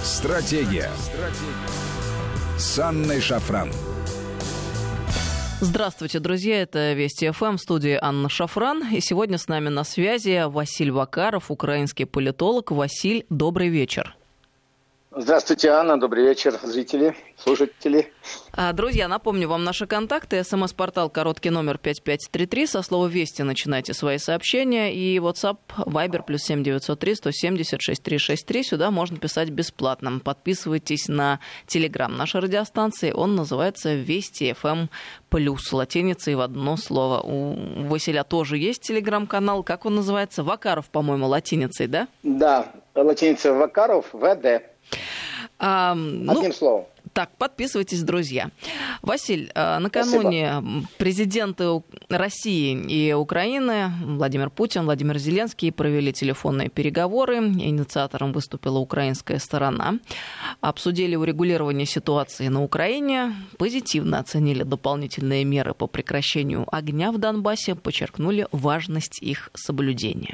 Стратегия. С Анной Шафран. Здравствуйте, друзья. Это Вести ФМ, в студии Анна Шафран. И сегодня с нами на связи Василь Вакаров, украинский политолог. Василь, добрый вечер. Здравствуйте, Анна. Добрый вечер, зрители, слушатели. Друзья, напомню вам наши контакты. СМС-портал короткий номер 5533. Со слова «Вести» начинайте свои сообщения. И WhatsApp, Viber, +7 903 170 6363. Сюда можно писать бесплатно. Подписывайтесь на Telegram нашей радиостанции. Он называется «Вести ФМ+», латиницей в одно слово. У Василя тоже есть Telegram-канал. Как он называется? Вакаров, по-моему, латиницей, да? Да, латиница Вакаров, ВД. Одним словом. Так, подписывайтесь, друзья. Василь, накануне президенты России и Украины Владимир Путин, Владимир Зеленский провели телефонные переговоры. Инициатором выступила украинская сторона. Обсудили урегулирование ситуации на Украине, позитивно оценили дополнительные меры по прекращению огня в Донбассе, подчеркнули важность их соблюдения.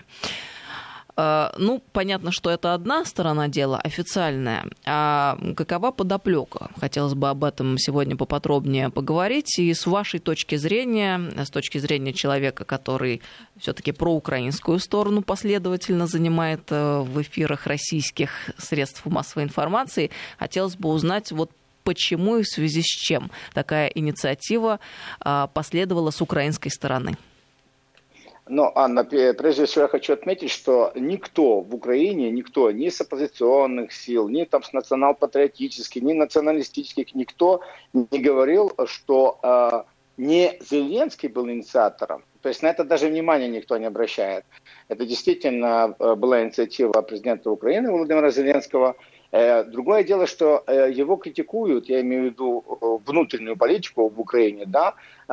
Ну, понятно, что это одна сторона дела, официальная. А какова подоплека? Хотелось бы об этом сегодня поподробнее поговорить. И с вашей точки зрения, с точки зрения человека, который все-таки проукраинскую сторону последовательно занимает в эфирах российских средств массовой информации, хотелось бы узнать, вот почему и в связи с чем такая инициатива последовала с украинской стороны. Но, Анна, прежде всего я хочу отметить, что никто в Украине, никто ни с оппозиционных сил, ни там с национал-патриотических, ни националистических, никто не говорил, что не Зеленский был инициатором. То есть на это даже внимания никто не обращает. Это действительно была инициатива президента Украины Владимира Зеленского. Другое дело, что его критикуют, я имею в виду внутреннюю политику в Украине, да,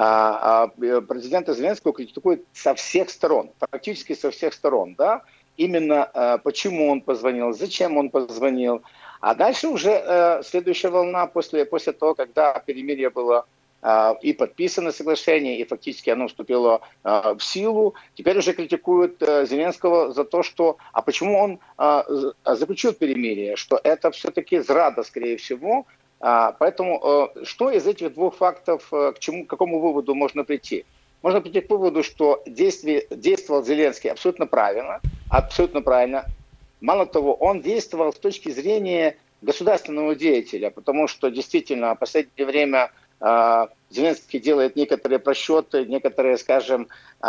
президента Зеленского критикуют со всех сторон, практически со всех сторон, да, именно почему он позвонил, зачем он позвонил. А дальше уже следующая волна после того, когда перемирие было и подписано соглашение, и фактически оно вступило в силу. Теперь уже критикуют Зеленского за то, что... А почему он заключил перемирие? Что это все-таки зрада, скорее всего. Поэтому что из этих двух фактов, к какому выводу можно прийти? Можно прийти к выводу, что действовал Зеленский абсолютно правильно. Абсолютно правильно. Мало того, он действовал с точки зрения государственного деятеля, потому что действительно в последнее время Зеленский делает некоторые просчеты, некоторые, скажем,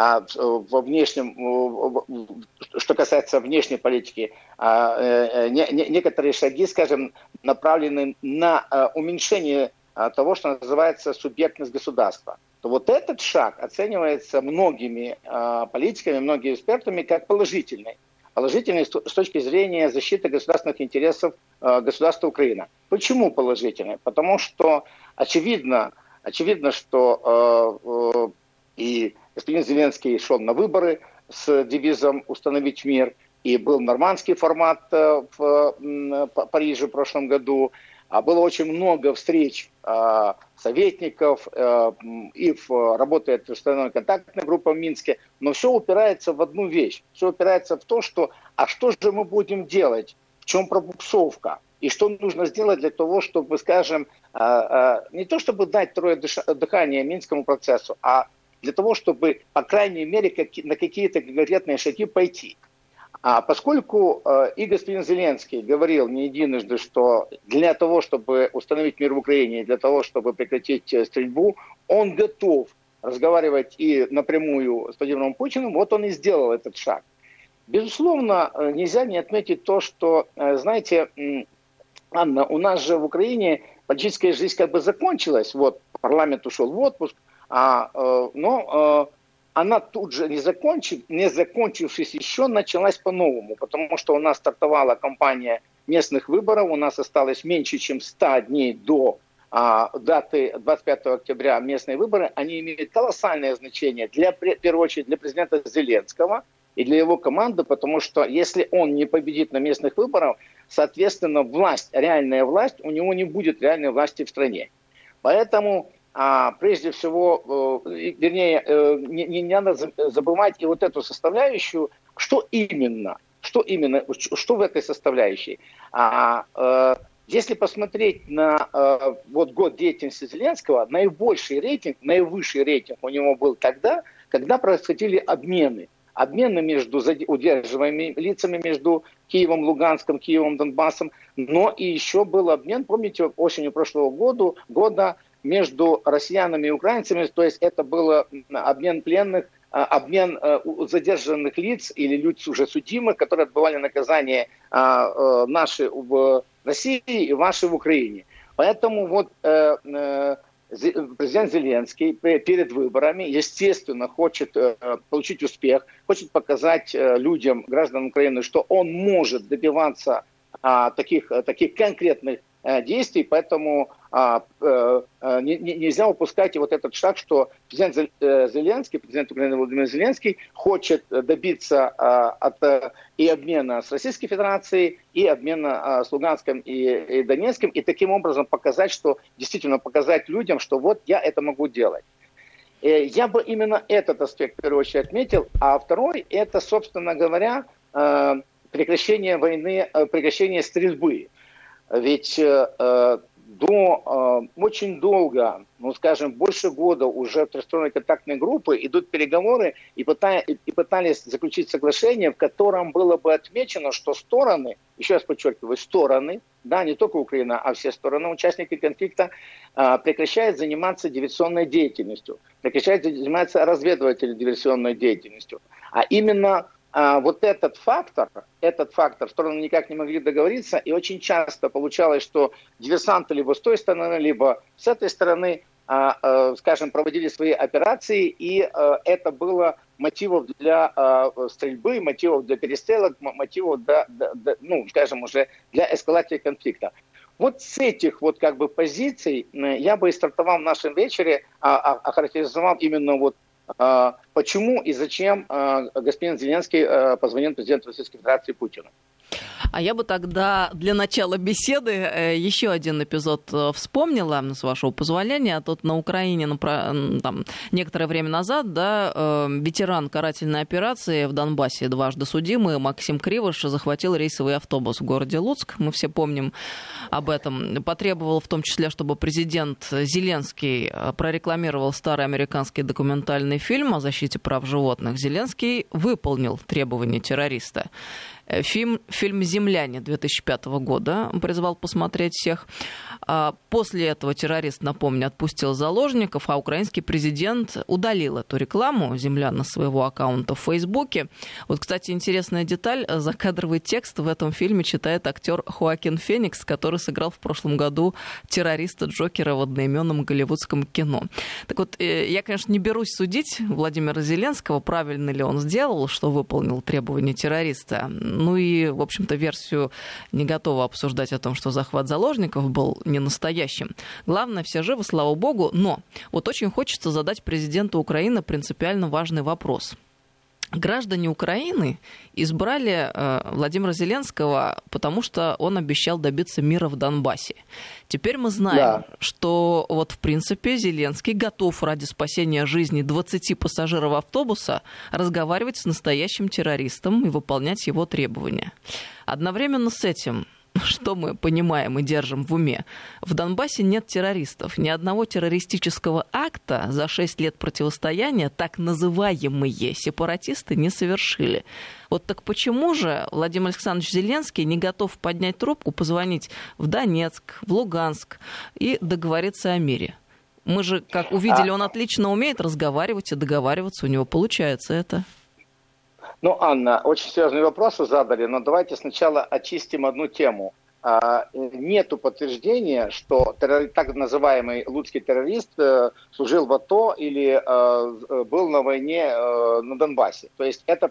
во внешнем, что касается внешней политики, некоторые шаги, скажем, направлены на уменьшение того, что называется субъектность государства. То вот этот шаг оценивается многими политиками, многими экспертами как положительный. Положительный с точки зрения защиты государственных интересов государства Украина. Почему положительный? Потому что очевидно, что и господин Зеленский шел на выборы с девизом «Установить мир», и был нормандский формат в Париже в прошлом году. Было очень много встреч советников, и работает установленная контактная группа в Минске. Но все упирается в одну вещь. Все упирается в то, что что же мы будем делать, в чем пробуксовка, и что нужно сделать для того, чтобы, скажем, не то чтобы дать второе дыхание Минскому процессу, а для того, чтобы, по крайней мере, на какие-то конкретные шаги пойти. Поскольку и господин Зеленский говорил не единожды, что для того, чтобы установить мир в Украине, для того, чтобы прекратить стрельбу, он готов разговаривать и напрямую с Владимиром Путиным, вот он и сделал этот шаг. Безусловно, нельзя не отметить то, что, знаете, Анна, у нас же в Украине политическая жизнь как бы закончилась, вот парламент ушел в отпуск, но она тут же, не закончившись еще, началась по-новому, потому что у нас стартовала кампания местных выборов, у нас осталось меньше, чем 100 дней до даты 25 октября местные выборы, они имеют колоссальное значение, в первую очередь для президента Зеленского и для его команды, потому что если он не победит на местных выборах, соответственно, власть, реальная власть, у него не будет реальной власти в стране. Поэтому прежде всего, не надо забывать и вот эту составляющую, что именно Что именно, что в этой составляющей? Если посмотреть на вот год деятельности Зеленского, наивысший рейтинг у него был тогда, когда происходили обмены. Обмены между удерживаемыми лицами, между Киевом, Луганском, Киевом, Донбассом. Но и еще был обмен, помните, осенью прошлого года между россиянами и украинцами. То есть это был обмен пленных, обмен задержанных лиц или лиц уже судимых, которые отбывали наказание наши в России и ваши в Украине. Поэтому вот президент Зеленский перед выборами, естественно, хочет получить успех, хочет показать людям, гражданам Украины, что он может добиваться таких конкретных действий, поэтому нельзя упускать и вот этот шаг, что президент Украины Владимир Зеленский хочет добиться и обмена с Российской Федерацией, и обмена с Луганском и Донецком, и таким образом показать людям, что вот я это могу делать. Я бы именно этот аспект в первую очередь отметил, а второй это, собственно говоря, прекращение войны, прекращение стрельбы. Ведь очень долго, больше года уже тристранной контактной группы идут переговоры и пытались заключить соглашение, в котором было бы отмечено, что стороны, еще раз подчеркиваю, стороны, да, не только Украина, а все стороны, участники конфликта, прекращают заниматься диверсионной деятельностью, прекращают заниматься разведывательной диверсионной деятельностью. А именно вот этот фактор, стороны никак не могли договориться, и очень часто получалось, что диверсанты либо с той стороны, либо с этой стороны, проводили свои операции, и это было мотивов для стрельбы, мотивов для перестрелок, мотивов для эскалации конфликта. Вот с этих позиций я бы и стартовал в нашем вечере, охарактеризовал именно почему и зачем господин Зеленский позвонил президенту Российской Федерации Путину. А я бы тогда для начала беседы еще один эпизод вспомнила, с вашего позволения. Тут на Украине некоторое время назад ветеран карательной операции в Донбассе, дважды судимый Максим Кривош, захватил рейсовый автобус в городе Луцк. Мы все помним об этом. Потребовал в том числе, чтобы президент Зеленский прорекламировал старый американский документальный фильм о защите прав животных. Зеленский выполнил требования террориста. Фильм «Земляне» 2005 года призвал посмотреть всех. После этого террорист, напомню, отпустил заложников, а украинский президент удалил эту рекламу «Землян» на своего аккаунта в Фейсбуке. Вот, кстати, интересная деталь. Закадровый текст в этом фильме читает актер Хоакин Феникс, который сыграл в прошлом году террориста Джокера в одноименном голливудском кино. Так вот, я, конечно, не берусь судить Владимира Зеленского, правильно ли он сделал, что выполнил требования террориста. Ну и, в общем-то, версию не готова обсуждать о том, что захват заложников был не настоящим. Главное, все живы, слава богу. Но вот очень хочется задать президенту Украины принципиально важный вопрос. Граждане Украины избрали Владимира Зеленского, потому что он обещал добиться мира в Донбассе. Теперь мы знаем, что вот в принципе Зеленский готов ради спасения жизни 20 пассажиров автобуса разговаривать с настоящим террористом и выполнять его требования. Одновременно с этим, что мы понимаем и держим в уме? В Донбассе нет террористов. Ни одного террористического акта за 6 лет противостояния так называемые сепаратисты не совершили. Вот так почему же Владимир Александрович Зеленский не готов поднять трубку, позвонить в Донецк, в Луганск и договориться о мире? Мы же, как увидели, он отлично умеет разговаривать и договариваться, у него получается это. Анна, очень серьезные вопросы задали, но давайте сначала очистим одну тему. Нету подтверждения, что так называемый луцкий террорист служил в АТО или был на войне на Донбассе. То есть эта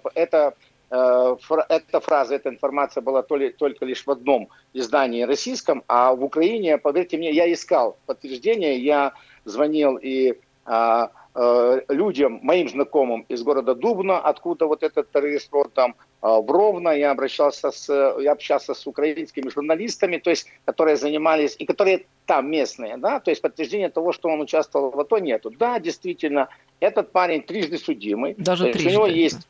фраза, эта информация была только лишь в одном издании российском, а в Украине, поверьте мне, я искал подтверждения, я звонил и людям, моим знакомым из города Дубна, откуда вот этот террорист родом, в Ровно, я общался с украинскими журналистами, то есть, которые занимались, и которые там местные, да, то есть подтверждения того, что он участвовал в АТО, нету. Да, действительно, этот парень трижды судимый. Даже трижды. У него есть...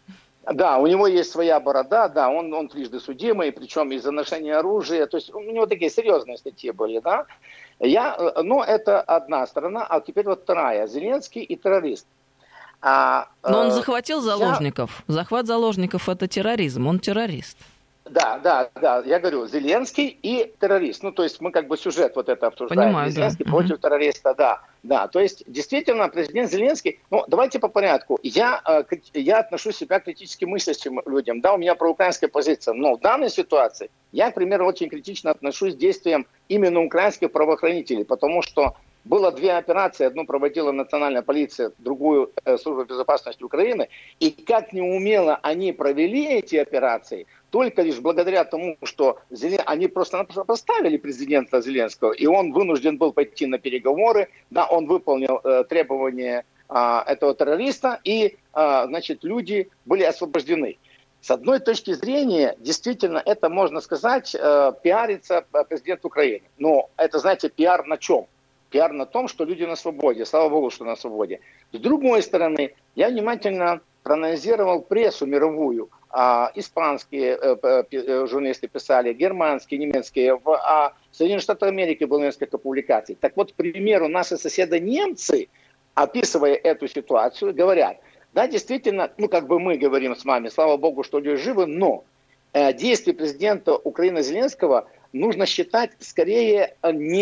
Да, у него есть своя борода, да, он трижды судимый, причем из-за ношения оружия, то есть у него такие серьезные статьи были, да. Но это одна сторона, а теперь вот вторая, Зеленский и террорист. Но он захватил заложников. Захват заложников – это терроризм, он террорист. Да, я говорю, Зеленский и террорист. Ну, то есть мы как бы сюжет вот это обсуждаем. Понимаю, Зеленский против террориста, да. То есть действительно президент Зеленский, ну, давайте по порядку. Я отношу себя к критически мыслящим людям, да, у меня проукраинская позиция. Но в данной ситуации я, к примеру, очень критично отношусь к действиям именно украинских правоохранителей, потому что было две операции, одну проводила национальная полиция, другую служба безопасности Украины, и как неумело они провели эти операции, только лишь благодаря тому, что они просто-напросто поставили президента Зеленского, и он вынужден был пойти на переговоры, да, он выполнил требования этого террориста, и, значит, люди были освобождены. С одной точки зрения, действительно, это, можно сказать, пиарится президент Украины. Но это, знаете, пиар на чем? Пиар на том, что люди на свободе. Слава Богу, что на свободе. С другой стороны, я внимательно проанализировал прессу мировую. Испанские журналисты писали, германские, немецкие. В Соединенных Штатах Америки было несколько публикаций. Так вот, к примеру, наши соседи немцы, описывая эту ситуацию, говорят, да, действительно, ну, как бы мы говорим с вами, слава Богу, что люди живы, но действия президента Украины Зеленского нужно считать скорее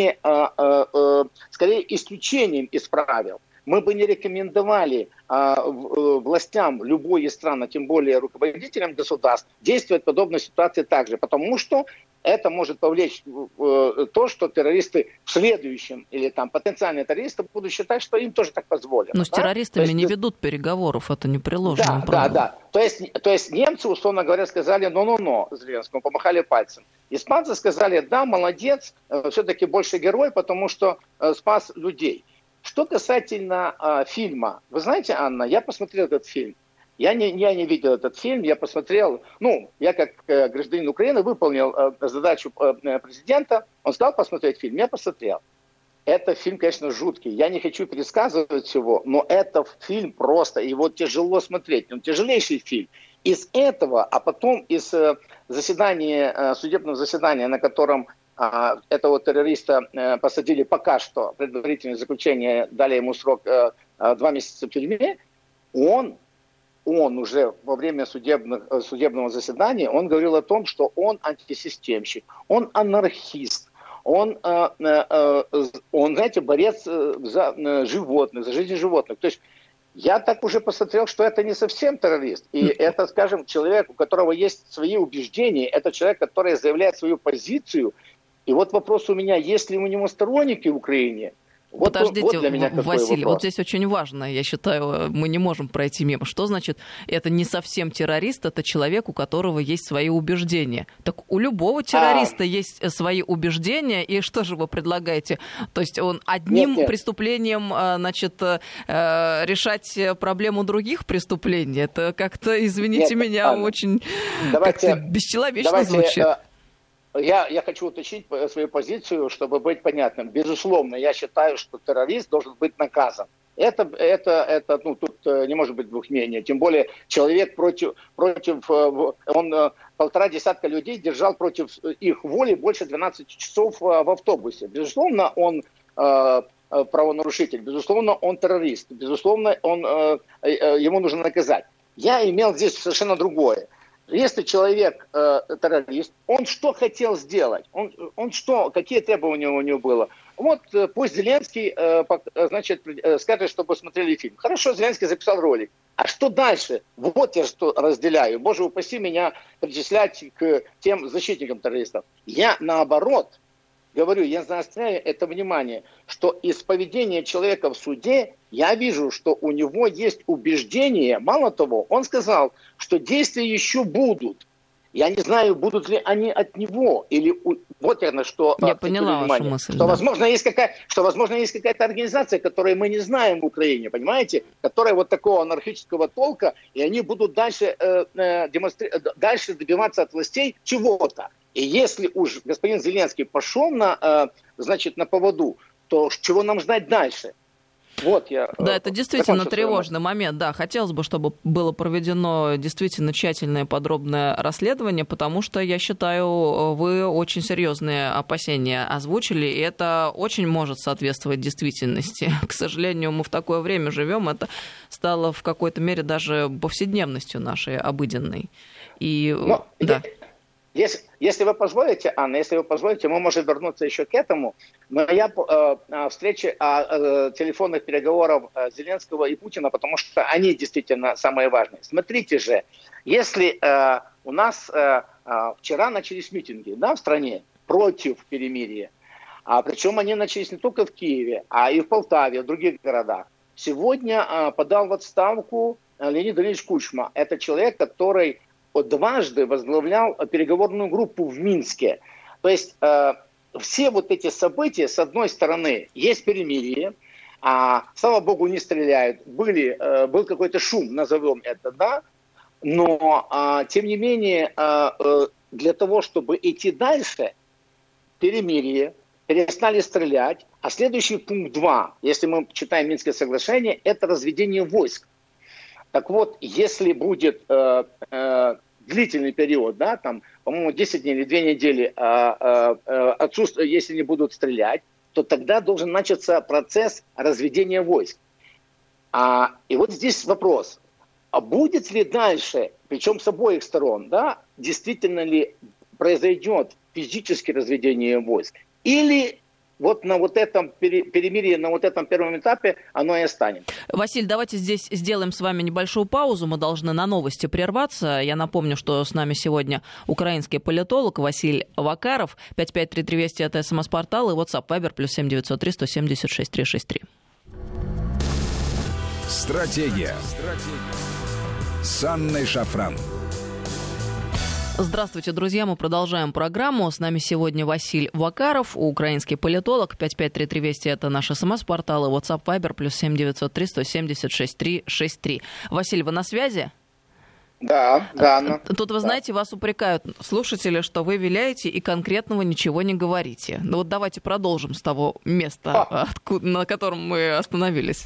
исключением из правил. Мы бы не рекомендовали властям любой из стран, а тем более руководителям государств, действовать в подобной ситуации также, потому что это может повлечь то, что террористы в следующем, или там потенциальные террористы будут считать, что им тоже так позволено. Но с террористами не ведут переговоров, это непреложное правило. Да. То есть немцы, условно говоря, сказали «но-но-но» Зеленскому, помахали пальцем. Испанцы сказали «да, молодец, все-таки больше герой, потому что спас людей». Что касательно фильма, вы знаете, Анна, я посмотрел этот фильм. Я не видел этот фильм, я посмотрел, я как гражданин Украины выполнил задачу президента, он сказал посмотреть фильм, я посмотрел. Это фильм, конечно, жуткий, я не хочу пересказывать его, но это фильм просто, его тяжело смотреть, он тяжелейший фильм. Из этого, а потом из судебного заседания, на котором этого террориста посадили пока что, предварительное заключение, дали ему срок 2 месяца в тюрьме, он уже во время судебного заседания, он говорил о том, что он антисистемщик, он анархист, он, знаете, борец за животных, за жизнь животных. То есть я так уже посмотрел, что это не совсем террорист. И это, скажем, человек, у которого есть свои убеждения, это человек, который заявляет свою позицию. И вот вопрос у меня, есть ли у него сторонники в Украине? Подождите, для меня Василий, вопрос. вот здесь очень важно, я считаю, мы не можем пройти мимо. Что значит, это не совсем террорист, это человек, у которого есть свои убеждения. Так у любого террориста есть свои убеждения, и что же вы предлагаете? То есть он одним преступлением, решать проблему других преступлений? Это как-то, извините меня, очень как-то бесчеловечно звучит. Я хочу уточнить свою позицию, чтобы быть понятным. Безусловно, я считаю, что террорист должен быть наказан. Это тут не может быть двух мнений. Тем более человек он 1,5 десятка людей держал против их воли больше 12 часов в автобусе. Безусловно, он правонарушитель, безусловно, он террорист, безусловно, ему нужно наказать. Я имел здесь совершенно другое. Если человек террорист, он что хотел сделать? Какие требования у него было? Вот пусть Зеленский, скажет, что посмотрели фильм. Хорошо, Зеленский записал ролик. А что дальше? Вот я что разделяю. Боже упаси меня причислять к тем защитникам террористов. Я наоборот говорю, я заостряю это внимание, что из поведения человека в суде я вижу, что у него есть убеждение. Мало того, он сказал, что действия еще будут. Я не знаю, будут ли они от него. Или вот я на что я поняла вашу мысль. Что, возможно, есть какая-то организация, которую мы не знаем в Украине, понимаете? Которая вот такого анархического толка, и они будут дальше добиваться от властей чего-то. И если уж господин Зеленский пошел на поводу, то чего нам ждать дальше? Вот я... Да, это действительно тревожный момент. Да, хотелось бы, чтобы было проведено действительно тщательное подробное расследование, потому что, я считаю, вы очень серьезные опасения озвучили, и это очень может соответствовать действительности. К сожалению, мы в такое время живем, это стало в какой-то мере даже повседневностью нашей обыденной. И... да. Если вы позволите, Анна, мы можем вернуться еще к этому. Моя встреча телефонных переговоров Зеленского и Путина, потому что они действительно самые важные. Смотрите же, если у нас вчера начались митинги, да, в стране против перемирия, причем они начались не только в Киеве, а и в Полтаве, в других городах. Сегодня подал в отставку Леонид Ильич Кучма. Это человек, который дважды возглавлял переговорную группу в Минске. То есть все вот эти события, с одной стороны, есть перемирие, слава богу, не стреляют, был какой-то шум, назовем это, да, но тем не менее для того, чтобы идти дальше, перемирие, перестали стрелять, а следующий пункт 2, если мы читаем Минское соглашение, это разведение войск. Так вот, если будет длительный период, да, там, по-моему, 10 дней или 2 недели отсутствие, если не будут стрелять, то тогда должен начаться процесс разведения войск. И вот здесь вопрос, будет ли дальше, причем с обоих сторон, да, действительно ли произойдет физическое разведение войск, или вот на вот этом перемирии, на вот этом первом этапе оно и останется. Василий, давайте здесь сделаем с вами небольшую паузу. Мы должны на новости прерваться. Я напомню, что с нами сегодня украинский политолог Василь Вакаров. 553320 это СМС-портал и WhatsApp Viber +7 903 176 363. Стратегия. С Анной Шафран. Здравствуйте, друзья. Мы продолжаем программу. С нами сегодня Василь Вакаров, украинский политолог. 553320 это наш СМС-портал и WhatsApp Viber +7 903 176 363. Василий, вы на связи? Да, Анна. Тут, вы знаете, вас упрекают слушатели, что вы виляете и конкретного ничего не говорите. Ну вот давайте продолжим с того места, на котором мы остановились.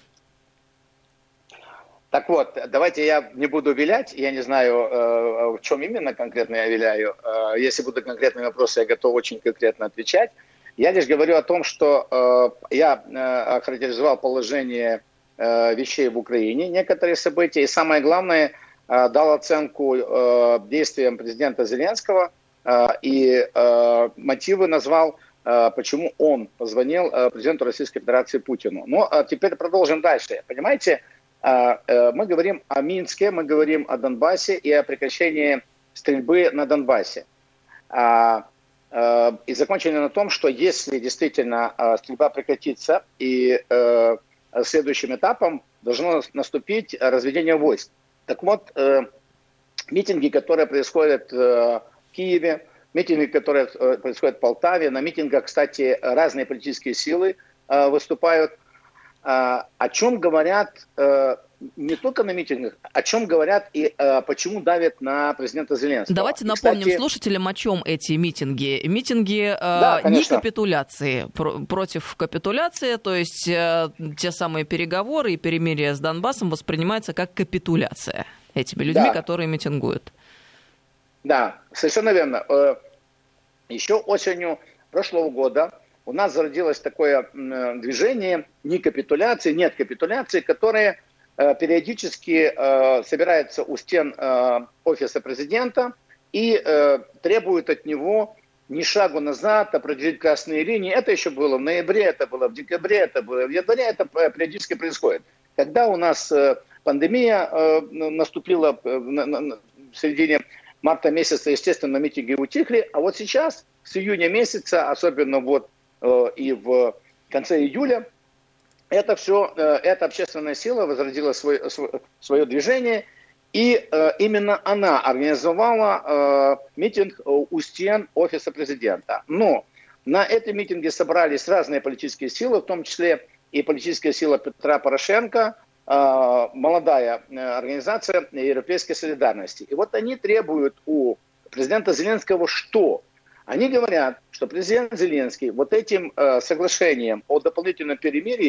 Так вот, давайте я не буду вилять, я не знаю, в чем именно конкретно я виляю. Если будут конкретные вопросы, я готов очень конкретно отвечать. Я лишь говорю о том, что я охарактеризовал положение вещей в Украине, некоторые события, и самое главное, дал оценку действиям президента Зеленского и мотивы назвал, почему он позвонил президенту Российской Федерации Путину. Но теперь продолжим дальше. Понимаете, мы говорим о Минске, мы говорим о Донбассе и о прекращении стрельбы на Донбассе. И закончили на том, что если действительно стрельба прекратится, и следующим этапом должно наступить разведение войск. Так вот, митинги, которые происходят в Киеве, митинги, которые происходят в Полтаве, на митингах, кстати, разные политические силы выступают. О чем говорят не только на митингах, о чем говорят и почему давят на президента Зеленского. Давайте напомним слушателям, о чем эти митинги. Митинги не капитуляции, против капитуляции, то есть те самые переговоры и перемирие с Донбассом воспринимаются как капитуляция этими людьми, которые митингуют. Да, совершенно верно. Еще осенью прошлого года у нас зародилось такое движение не капитуляции, нет капитуляции, которое периодически собирается у стен офиса президента и требует от него ни шагу назад, определить красные линии. Это еще было в ноябре, это было в декабре, это было в январе, это периодически происходит. Когда у нас пандемия наступила в середине марта месяца, естественно, митинги утихли, а вот сейчас, с июня месяца, особенно вот и в конце июля, эта общественная сила возродила свое движение, и именно она организовала митинг у стен офиса президента. Но на эти митинги собрались разные политические силы, в том числе и политическая сила Петра Порошенко, молодая организация Европейской солидарности. И вот они требуют у президента Зеленского что? Они говорят, что президент Зеленский вот этим соглашением о дополнительном перемирии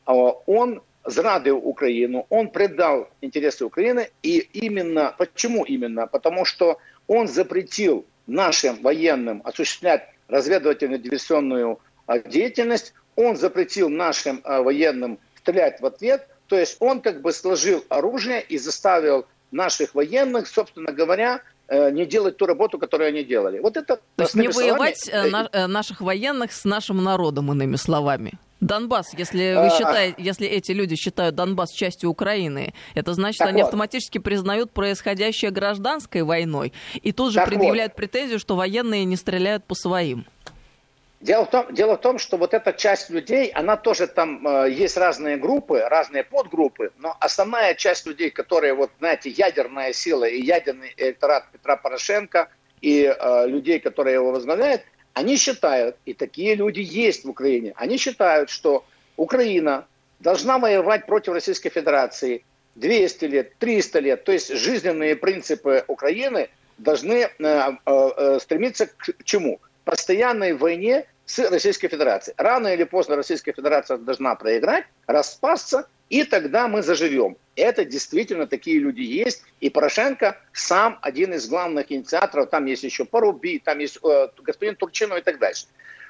он зрадил Украину, он предал интересы Украины. И именно, почему именно? Потому что он запретил нашим военным осуществлять разведывательную диверсионную деятельность, он запретил нашим военным стрелять в ответ, то есть он как бы сложил оружие и заставил наших военных, собственно говоря, не делать ту работу, которую они делали. Вот это, то есть не воевать наших военных с нашим народом, иными словами. Донбасс, если эти люди считают Донбасс частью Украины, это значит, они автоматически признают происходящее гражданской войной и тут же предъявляют претензию, что военные не стреляют по своим. Дело в том, что вот эта часть людей, она тоже там, есть разные группы, разные подгруппы, но основная часть людей, которые, вот знаете, ядерная сила и ядерный электорат Петра Порошенко и людей, которые его возглавляют, они считают, и такие люди есть в Украине, они считают, что Украина должна воевать против Российской Федерации 200 лет, 300 лет. То есть жизненные принципы Украины должны стремиться к чему? Постоянной войне с Российской Федерацией. Рано или поздно Российская Федерация должна проиграть, распасться, и тогда мы заживем. Это действительно такие люди есть. И Порошенко сам один из главных инициаторов. Там есть еще Парубий, там есть господин Турчинов и так дальше.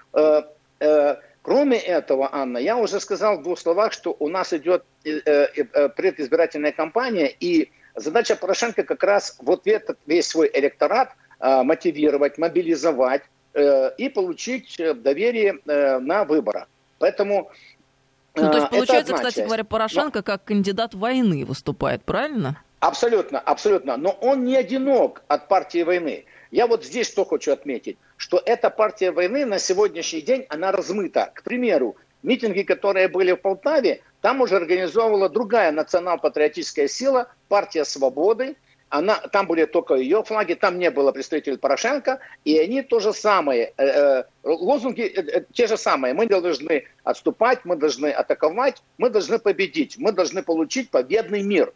Кроме этого, Анна, я уже сказал в 2 словах, что у нас идет предизбирательная кампания, и задача Порошенко как раз вот этот весь свой электорат мотивировать, мобилизовать и получить доверие на выборах. Поэтому то есть получается, кстати говоря, Порошенко как кандидат войны выступает, правильно? Абсолютно, абсолютно. Но он не одинок от партии войны. Я вот здесь что хочу отметить, что эта партия войны на сегодняшний день, она размыта. К примеру, митинги, которые были в Полтаве, там уже организовывала другая национал-патриотическая сила, партия Свободы. Там были только ее флаги, там не было представителей Порошенко, и они то же самое, лозунги те же самые. Мы должны отступать, мы должны атаковать, мы должны победить, мы должны получить победный мир.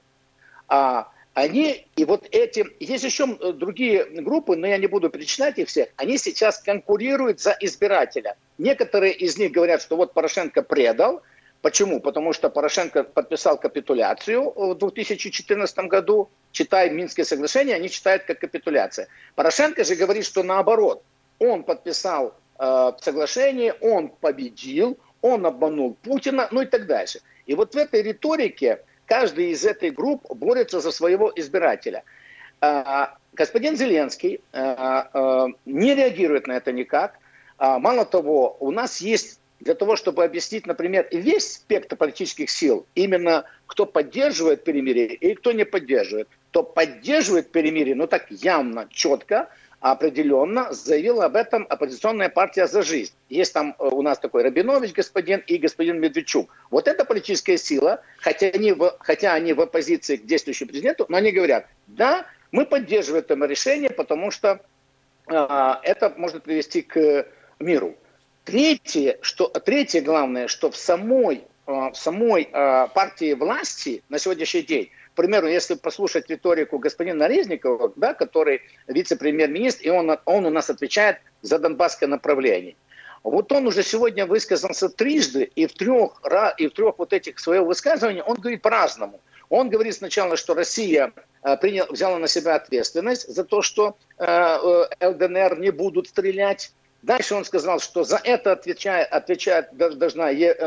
И вот эти, есть еще другие группы, но я не буду перечислять их всех, они сейчас конкурируют за избирателя. Некоторые из них говорят, что вот Порошенко предал. Почему? Потому что Порошенко подписал капитуляцию в 2014 году. Читая Минские соглашения, они читают как капитуляция. Порошенко же говорит, что наоборот. Он подписал соглашение, он победил, он обманул Путина, ну и так дальше. И вот в этой риторике каждый из этой групп борется за своего избирателя. Господин Зеленский не реагирует на это никак. Мало того, у нас есть для того, чтобы объяснить, например, весь спектр политических сил, именно кто поддерживает перемирие и кто не поддерживает. Кто поддерживает перемирие, ну так явно, четко, определенно заявила об этом оппозиционная партия «За жизнь». Есть там у нас такой Рабинович господин и господин Медведчук. Вот эта политическая сила, хотя они в оппозиции к действующему президенту, но они говорят, да, мы поддерживаем это решение, потому что это может привести к миру. Третье, главное, что в самой партии власти на сегодняшний день, к примеру, если послушать риторику господина Резникова, да, который вице-премьер-министр, и он у нас отвечает за донбасское направление. Вот он уже сегодня высказался трижды, и в трех вот этих своих высказываний он говорит по-разному. Он говорит сначала, что Россия взяла на себя ответственность за то, что ЛДНР не будут стрелять. Дальше он сказал, что за это отвечает должна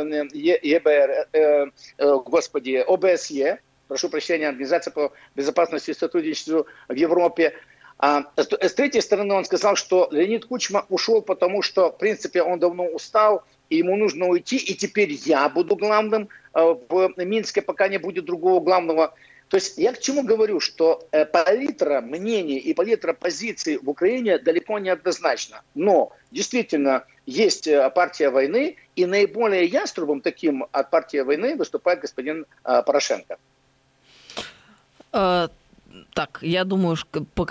ОБСЕ, прошу прощения, Организация по безопасности и сотрудничеству в Европе. С третьей стороны он сказал, что Леонид Кучма ушел, потому что, в принципе, он давно устал, и ему нужно уйти, и теперь я буду главным в Минске, пока не будет другого главного. То есть я к чему говорю, что палитра мнений и палитра позиций в Украине далеко не однозначна. Но действительно есть партия войны, и наиболее ястребом таким от партии войны выступает господин Порошенко. Так, я думаю, по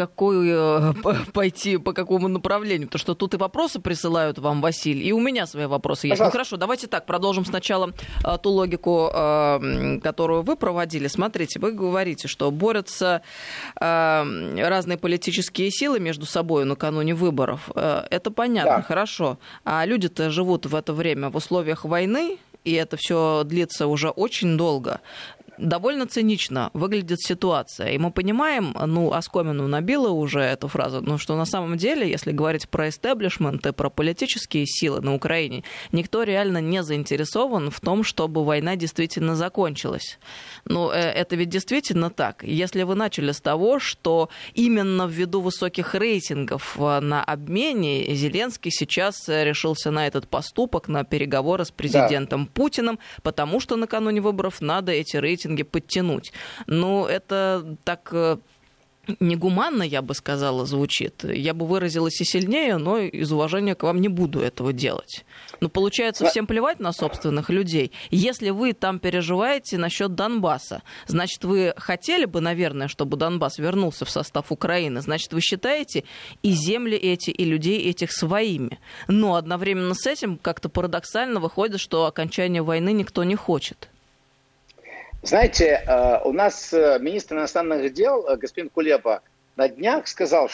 какому направлению, потому что тут и вопросы присылают вам, Василий, и у меня свои вопросы есть. Пожалуйста. Ну хорошо, давайте так, продолжим сначала ту логику, которую вы проводили. Смотрите, вы говорите, что борются разные политические силы между собой накануне выборов. Это понятно, да. Хорошо. А люди-то живут в это время в условиях войны, и это все длится уже очень долго, довольно цинично выглядит ситуация. И мы понимаем, Оскомину набила уже эту фразу, что на самом деле, если говорить про истеблишмент и про политические силы на Украине, никто реально не заинтересован в том, чтобы война действительно закончилась. Это ведь действительно так. Если вы начали с того, что именно ввиду высоких рейтингов на обмене Зеленский сейчас решился на этот поступок, на переговоры с президентом Путиным, потому что накануне выборов надо эти рейтинги подтянуть. Это так негуманно, я бы сказала, звучит. Я бы выразилась и сильнее, но из уважения к вам не буду этого делать. Получается, всем плевать на собственных людей. Если вы там переживаете насчет Донбасса, значит, вы хотели бы, наверное, чтобы Донбасс вернулся в состав Украины. Значит, вы считаете и земли эти, и людей этих своими. Но одновременно с этим как-то парадоксально выходит, что окончания войны никто не хочет. Знаете, у нас министр иностранных дел господин Кулеба на днях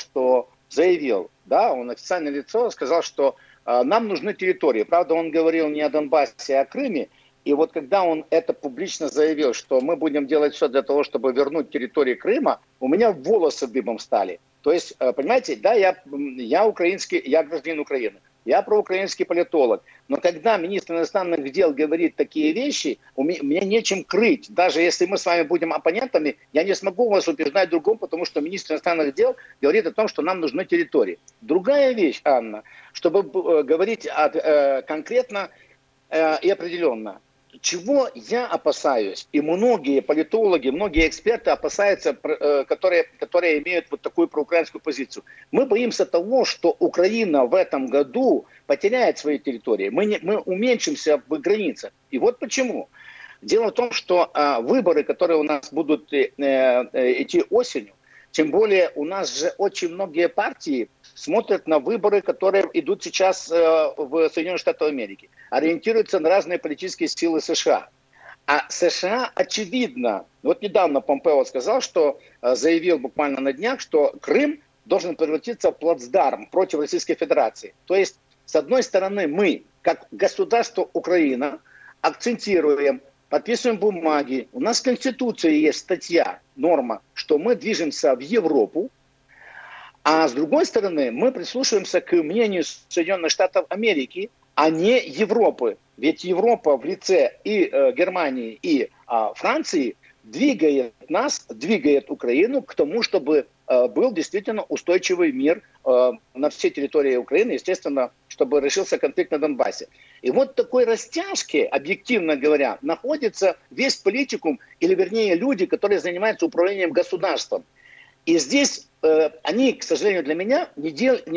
заявил, он официальное лицо, сказал, что нам нужны территории. Правда, он говорил не о Донбассе, а о Крыме. И вот когда он это публично заявил, что мы будем делать все для того, чтобы вернуть территории Крыма, у меня волосы дыбом стали. То есть, понимаете, я украинский, я гражданин Украины. Я проукраинский политолог. Но когда министр иностранных дел говорит такие вещи, мне нечем крыть. Даже если мы с вами будем оппонентами, я не смогу вас убеждать в другом, потому что министр иностранных дел говорит о том, что нам нужны территории. Другая вещь, Анна, чтобы говорить конкретно и определенно. Чего я опасаюсь, и многие политологи, многие эксперты опасаются, которые имеют вот такую проукраинскую позицию. Мы боимся того, что Украина в этом году потеряет свои территории. Мы уменьшимся в границах. И вот почему. Дело в том, что выборы, которые у нас будут идти осенью, тем более у нас же очень многие партии смотрят на выборы, которые идут сейчас в Соединенных Штатах Америки, ориентируются на разные политические силы США. А США, очевидно, вот недавно Помпео сказал, заявил буквально на днях, что Крым должен превратиться в плацдарм против Российской Федерации. То есть, с одной стороны, мы, как государство Украина, акцентируем, подписываем бумаги. У нас в Конституции есть статья, норма, что мы движемся в Европу, а с другой стороны мы прислушиваемся к мнению Соединенных Штатов Америки, а не Европы. Ведь Европа в лице и Германии, и Франции двигает Украину к тому, чтобы был действительно устойчивый мир на всей территории Украины, естественно, чтобы решился конфликт на Донбассе. И вот такой растяжке, объективно говоря, находится весь политикум, или вернее люди, которые занимаются управлением государством. И здесь они, к сожалению, для меня не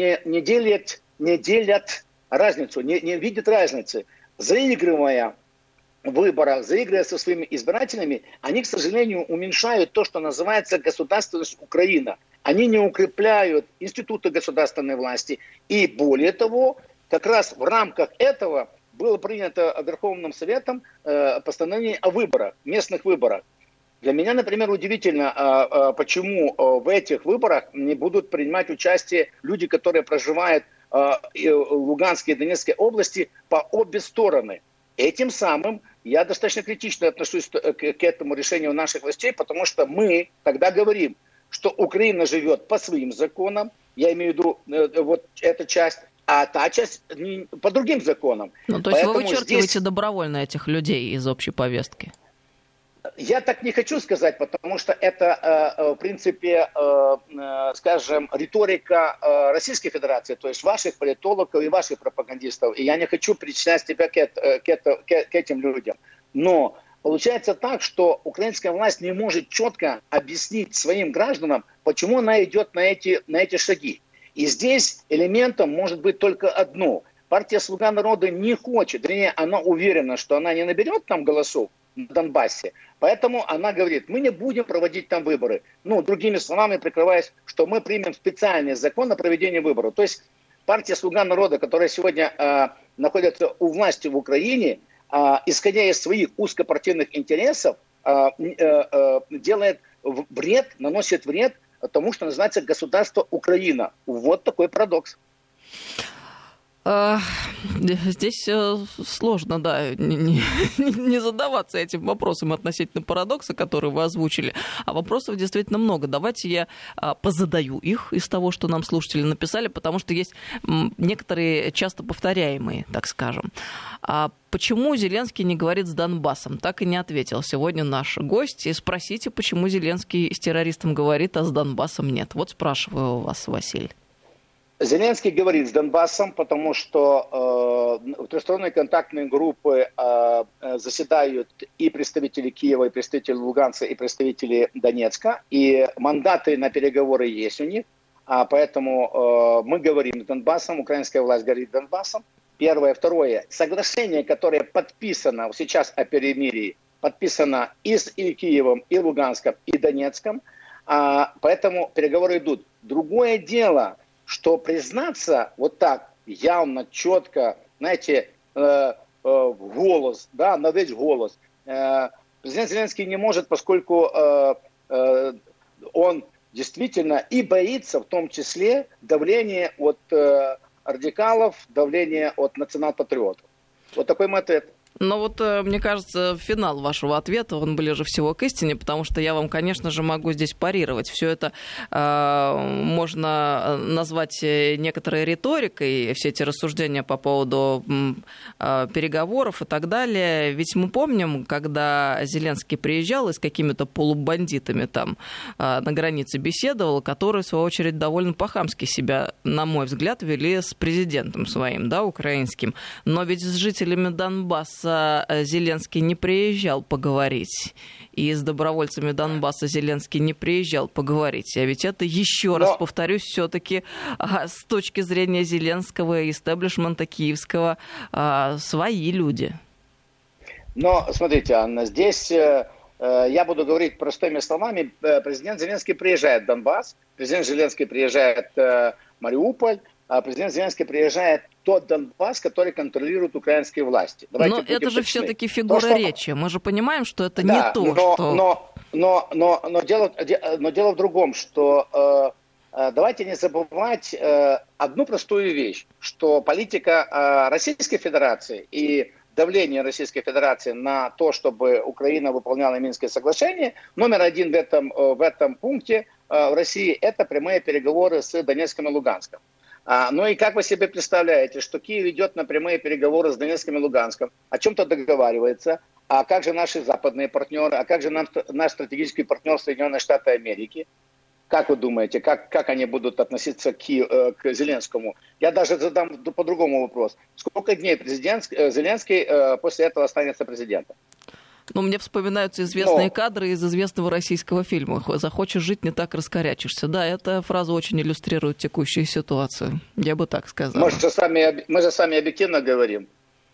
делят разницу, не видят разницы. Заигрывая в выборах, заигрывая со своими избирателями, они, к сожалению, уменьшают то, что называется государственность Украины. Они не укрепляют институты государственной власти. И более того, как раз в рамках этого было принято Верховным Советом постановление о выборах, местных выборах. Для меня, например, удивительно, почему в этих выборах не будут принимать участие люди, которые проживают в Луганской и Донецкой области по обе стороны. Этим самым я достаточно критично отношусь к этому решению наших властей, потому что мы тогда говорим, что Украина живет по своим законам, я имею в виду вот эта часть, а та часть по другим законам. То есть поэтому вы вычеркиваете добровольно этих людей из общей повестки? Я так не хочу сказать, потому что это, в принципе, скажем, риторика Российской Федерации, то есть ваших политологов и ваших пропагандистов. И я не хочу причислять себя к этим людям. Но получается так, что украинская власть не может четко объяснить своим гражданам, почему она идет на эти шаги. И здесь элементом может быть только одно. Партия «Слуга народа» не хочет, вернее, она уверена, что она не наберет там голосов на Донбассе. Поэтому она говорит, мы не будем проводить там выборы. Другими словами, прикрываясь, что мы примем специальный закон о проведении выборов. То есть партия «Слуга народа», которая сегодня находится у власти в Украине, исходя из своих узкопартийных интересов, делает вред, наносит вред тому, что называется государство Украина. Вот такой парадокс. Здесь сложно, да, не задаваться этим вопросом относительно парадокса, который вы озвучили, а вопросов действительно много. Давайте я позадаю их из того, что нам слушатели написали, потому что есть некоторые часто повторяемые, так скажем. Почему Зеленский не говорит с Донбассом? Так и не ответил сегодня наш гость. И спросите, почему Зеленский с террористом говорит, а с Донбассом нет. Вот спрашиваю вас, Василий. Зеленский говорит с Донбассом, потому что в трехсторонней контактной группы заседают и представители Киева, и представители Луганска, и представители Донецка. И мандаты на переговоры есть у них. Поэтому мы говорим с Донбассом, украинская власть говорит с Донбассом. Первое. Второе. Соглашение, которое подписано сейчас о перемирии, подписано и с Киевом, и Луганском, и Донецком. Поэтому переговоры идут. Другое дело, что признаться вот так явно, четко, знаете, в голос, да, на весь голос, президент Зеленский не может, поскольку он действительно и боится, в том числе, давления от радикалов, давления от национал-патриотов. Вот такой мой ответ. Но вот, мне кажется, финал вашего ответа, он ближе всего к истине, потому что я вам, конечно же, могу здесь парировать. Все это можно назвать некоторой риторикой, все эти рассуждения по поводу переговоров и так далее. Ведь мы помним, когда Зеленский приезжал и с какими-то полубандитами там на границе беседовал, которые, в свою очередь, довольно по-хамски себя, на мой взгляд, вели с президентом своим, да, украинским. Но ведь с жителями Донбасса Зеленский не приезжал поговорить. И с добровольцами Донбасса Зеленский не приезжал поговорить. А ведь это, еще раз повторюсь, все-таки с точки зрения Зеленского и истеблишмента киевского свои люди. Но, смотрите, Анна, здесь я буду говорить простыми словами. Президент Зеленский приезжает в Донбасс, президент Зеленский приезжает в Мариуполь, а президент Зеленский приезжает в тот Донбасс, который контролируют украинские власти. Давайте но это же все-таки фигура речи. Мы же понимаем, что это не то, что... Но дело в другом, что давайте не забывать одну простую вещь, что политика Российской Федерации и давление Российской Федерации на то, чтобы Украина выполняла Минское соглашение, номер один в этом пункте в России – это прямые переговоры с Донецком и Луганском. Ну и как вы себе представляете, что Киев идет на прямые переговоры с Донецком и Луганском, о чем-то договаривается, а как же наши западные партнеры, а как же наш стратегический партнер Соединенные Штаты Америки? Как вы думаете, как они будут относиться к Зеленскому? Я даже задам по-другому вопрос. Сколько дней Зеленский после этого останется президентом? Ну, мне вспоминаются известные кадры из известного российского фильма «Захочешь жить, не так раскорячишься». Да, эта фраза очень иллюстрирует текущую ситуацию. Я бы так сказала. Мы же с вами объективно говорим.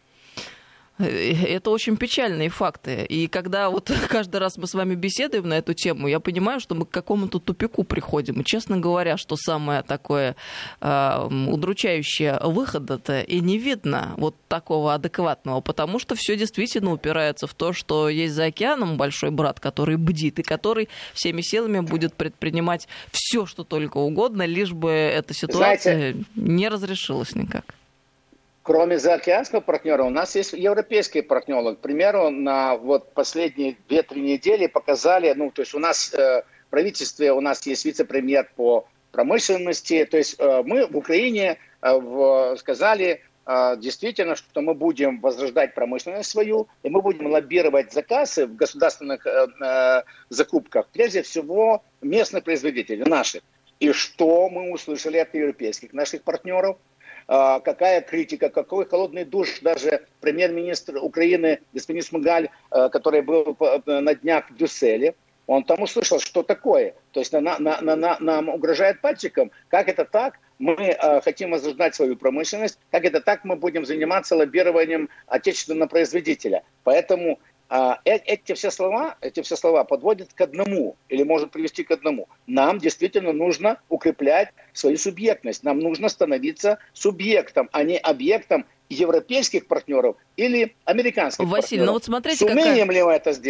Это очень печальные факты. И когда вот каждый раз мы с вами беседуем на эту тему, я понимаю, что мы к какому-то тупику приходим. И, честно говоря, что самое такое удручающее выхода-то и не видно вот такого адекватного, потому что все действительно упирается в то, что есть за океаном большой брат, который бдит и который всеми силами будет предпринимать все, что только угодно, лишь бы эта ситуация не разрешилась никак. Кроме заокеанского партнера, у нас есть европейские партнеры. К примеру, на вот последние 2-3 недели показали, то есть у нас в правительстве у нас есть вице-премьер по промышленности. То есть мы в Украине сказали действительно, что мы будем возрождать промышленность свою, и мы будем лоббировать заказы в государственных закупках, прежде всего местных производителей, наших. И что мы услышали от европейских наших партнеров? Какая критика, какой холодный душ даже премьер-министр Украины господин Шмыгаль, который был на днях в Брюсселе, он там услышал, что такое. То есть нам угрожает пальчиком. Как это так? Мы хотим возрождать свою промышленность. Как это так? Мы будем заниматься лоббированием отечественного производителя. Поэтому эти все слова подводят к одному, или может привести к одному. Нам действительно нужно укреплять свою субъектность. Нам нужно становиться субъектом, а не объектом европейских партнеров или американских Василий, партнеров. Ну вот смотрите, с умением ли это сделать?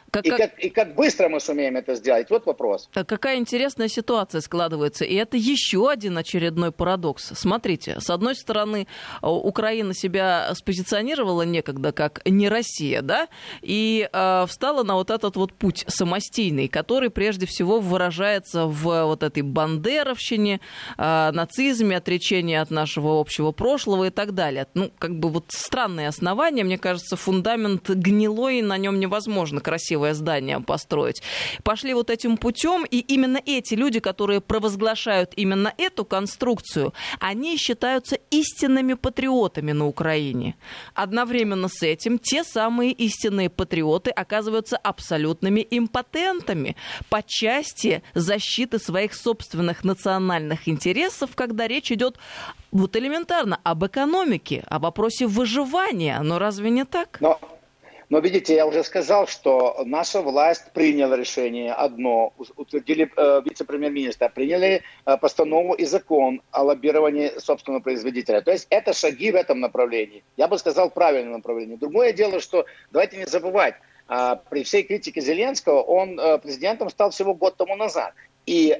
И как быстро мы сумеем это сделать? Вот вопрос. Какая интересная ситуация складывается. И это еще один очередной парадокс. Смотрите, с одной стороны, Украина себя спозиционировала некогда как не Россия, да, и встала на вот этот вот путь самостийный, который прежде всего выражается в вот этой бандеровщине, нацизме, отречении от нашего общего прошлого и так далее. Ну, как бы вот странные основания, мне кажется, фундамент гнилой, на нем невозможно красивое здание построить. Пошли вот этим путем, и именно эти люди, которые провозглашают именно эту конструкцию, они считаются истинными патриотами на Украине. Одновременно с этим те самые истинные патриоты оказываются абсолютными импотентами по части защиты своих собственных национальных интересов, когда речь идет вот элементарно об экономике, о вопросе выживания. Но разве не так? Но видите, я уже сказал, что наша власть приняла решение одно, утвердили вице-премьер-министра, приняли постанову и закон о лоббировании собственного производителя. То есть это шаги в этом направлении. Я бы сказал, правильном направлении. Другое дело, что давайте не забывать, при всей критике Зеленского он президентом стал всего год тому назад. И,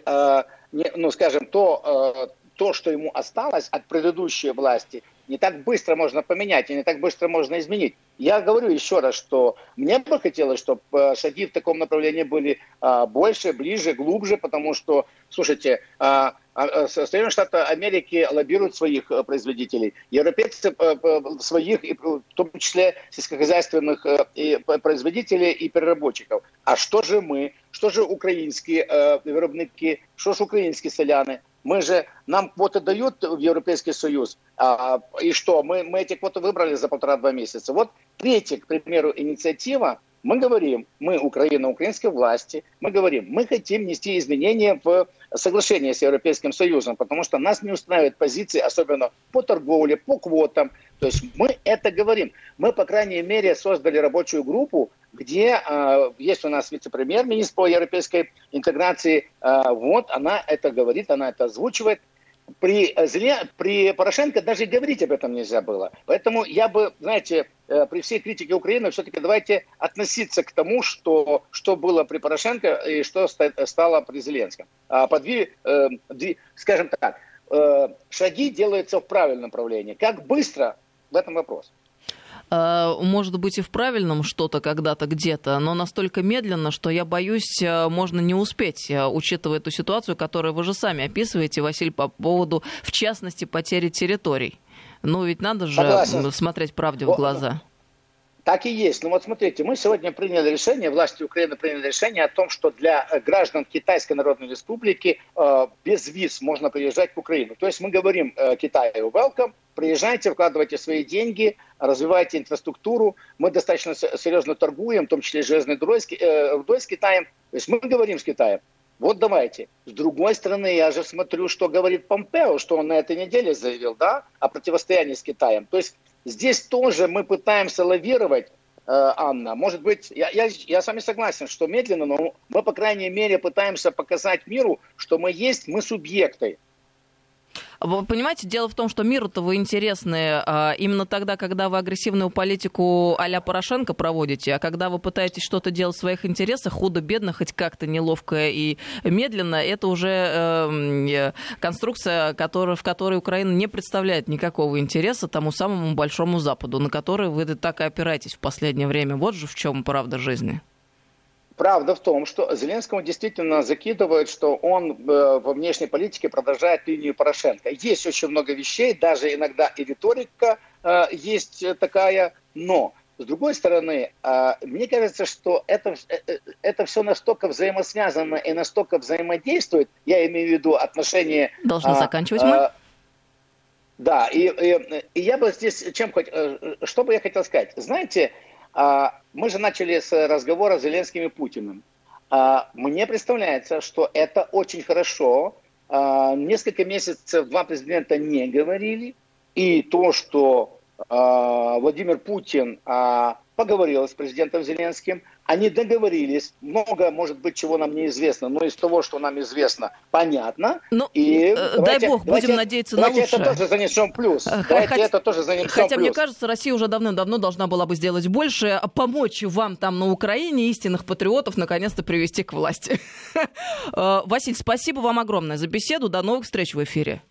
скажем, то, что ему осталось от предыдущей власти, не так быстро можно поменять и не так быстро можно изменить. Я говорю еще раз, что мне бы хотелось, чтобы шаги в таком направлении были больше, ближе, глубже, потому что, слушайте, Соединенные Штаты Америки лоббируют своих производителей, европейцы своих, в том числе сельскохозяйственных производителей и переработчиков. А что же мы? Что же украинские виробники? Что же украинские селяни? Нам квоты дают в Европейский Союз, и что, мы эти квоты выбрали за 1,5-2 месяца. Вот третья, к примеру, инициатива, мы говорим, мы, Украина, украинские власти, мы говорим, мы хотим внести изменения в соглашение с Европейским Союзом, потому что нас не устраивают позиции, особенно по торговле, по квотам. То есть мы это говорим. Мы, по крайней мере, создали рабочую группу, где есть у нас вице-премьер-министр по европейской интеграции. Вот она это говорит, она это озвучивает. При Порошенко даже говорить об этом нельзя было. Поэтому я бы, знаете, при всей критике Украины, все-таки давайте относиться к тому, что было при Порошенко и что стало при Зеленском. Скажем так, шаги делаются в правильном направлении. Как быстро, в этом вопрос. Может быть, и в правильном что-то когда-то где-то, но настолько медленно, что я боюсь, можно не успеть, учитывая эту ситуацию, которую вы же сами описываете, Василий, по поводу, в частности, потери территорий. Ну, ведь надо же смотреть правде в глаза. Так и есть. Ну вот смотрите, мы сегодня приняли решение, власти Украины приняли решение о том, что для граждан Китайской Народной Республики без виз можно приезжать в Украину. То есть мы говорим Китаю welcome, приезжайте, вкладывайте свои деньги, развивайте инфраструктуру. Мы достаточно серьезно торгуем, в том числе железной рудой с Китаем. То есть мы говорим с Китаем. Вот давайте. С другой стороны, я же смотрю, что говорит Помпео, что он на этой неделе заявил, да, о противостоянии с Китаем. То есть здесь тоже мы пытаемся лавировать, Анна. Может быть, я с вами согласен, что медленно, но мы, по крайней мере, пытаемся показать миру, что мы есть, мы субъекты. Вы понимаете, дело в том, что миру-то вы интересны именно тогда, когда вы агрессивную политику а-ля Порошенко проводите, а когда вы пытаетесь что-то делать в своих интересах, худо-бедно, хоть как-то неловко и медленно, это уже конструкция, в которой Украина не представляет никакого интереса тому самому Большому Западу, на который вы так и опираетесь в последнее время. Вот же в чем правда жизни. Правда в том, что Зеленскому действительно закидывают, что он во внешней политике продолжает линию Порошенко. Есть очень много вещей, даже иногда и риторика есть такая, но с другой стороны, мне кажется, что это все настолько взаимосвязано и настолько взаимодействует, я имею в виду отношения... Должны заканчивать мы? Да, и я бы здесь, что бы я хотел сказать? Знаете, мы же начали с разговора с Зеленским и Путиным. Мне представляется, что это очень хорошо. Несколько месяцев два президента не говорили. И то, что Владимир Путин поговорил с президентом Зеленским, Они договорились. Много, может быть, чего нам неизвестно, но из того, что нам известно, понятно. И дай бог, будем надеяться на лучшее. Давайте это тоже занесем плюс. Хотя, мне кажется, Россия уже давным-давно должна была бы сделать больше, помочь вам там на Украине, истинных патриотов, наконец-то привести к власти. Василь, спасибо вам огромное за беседу. До новых встреч в эфире.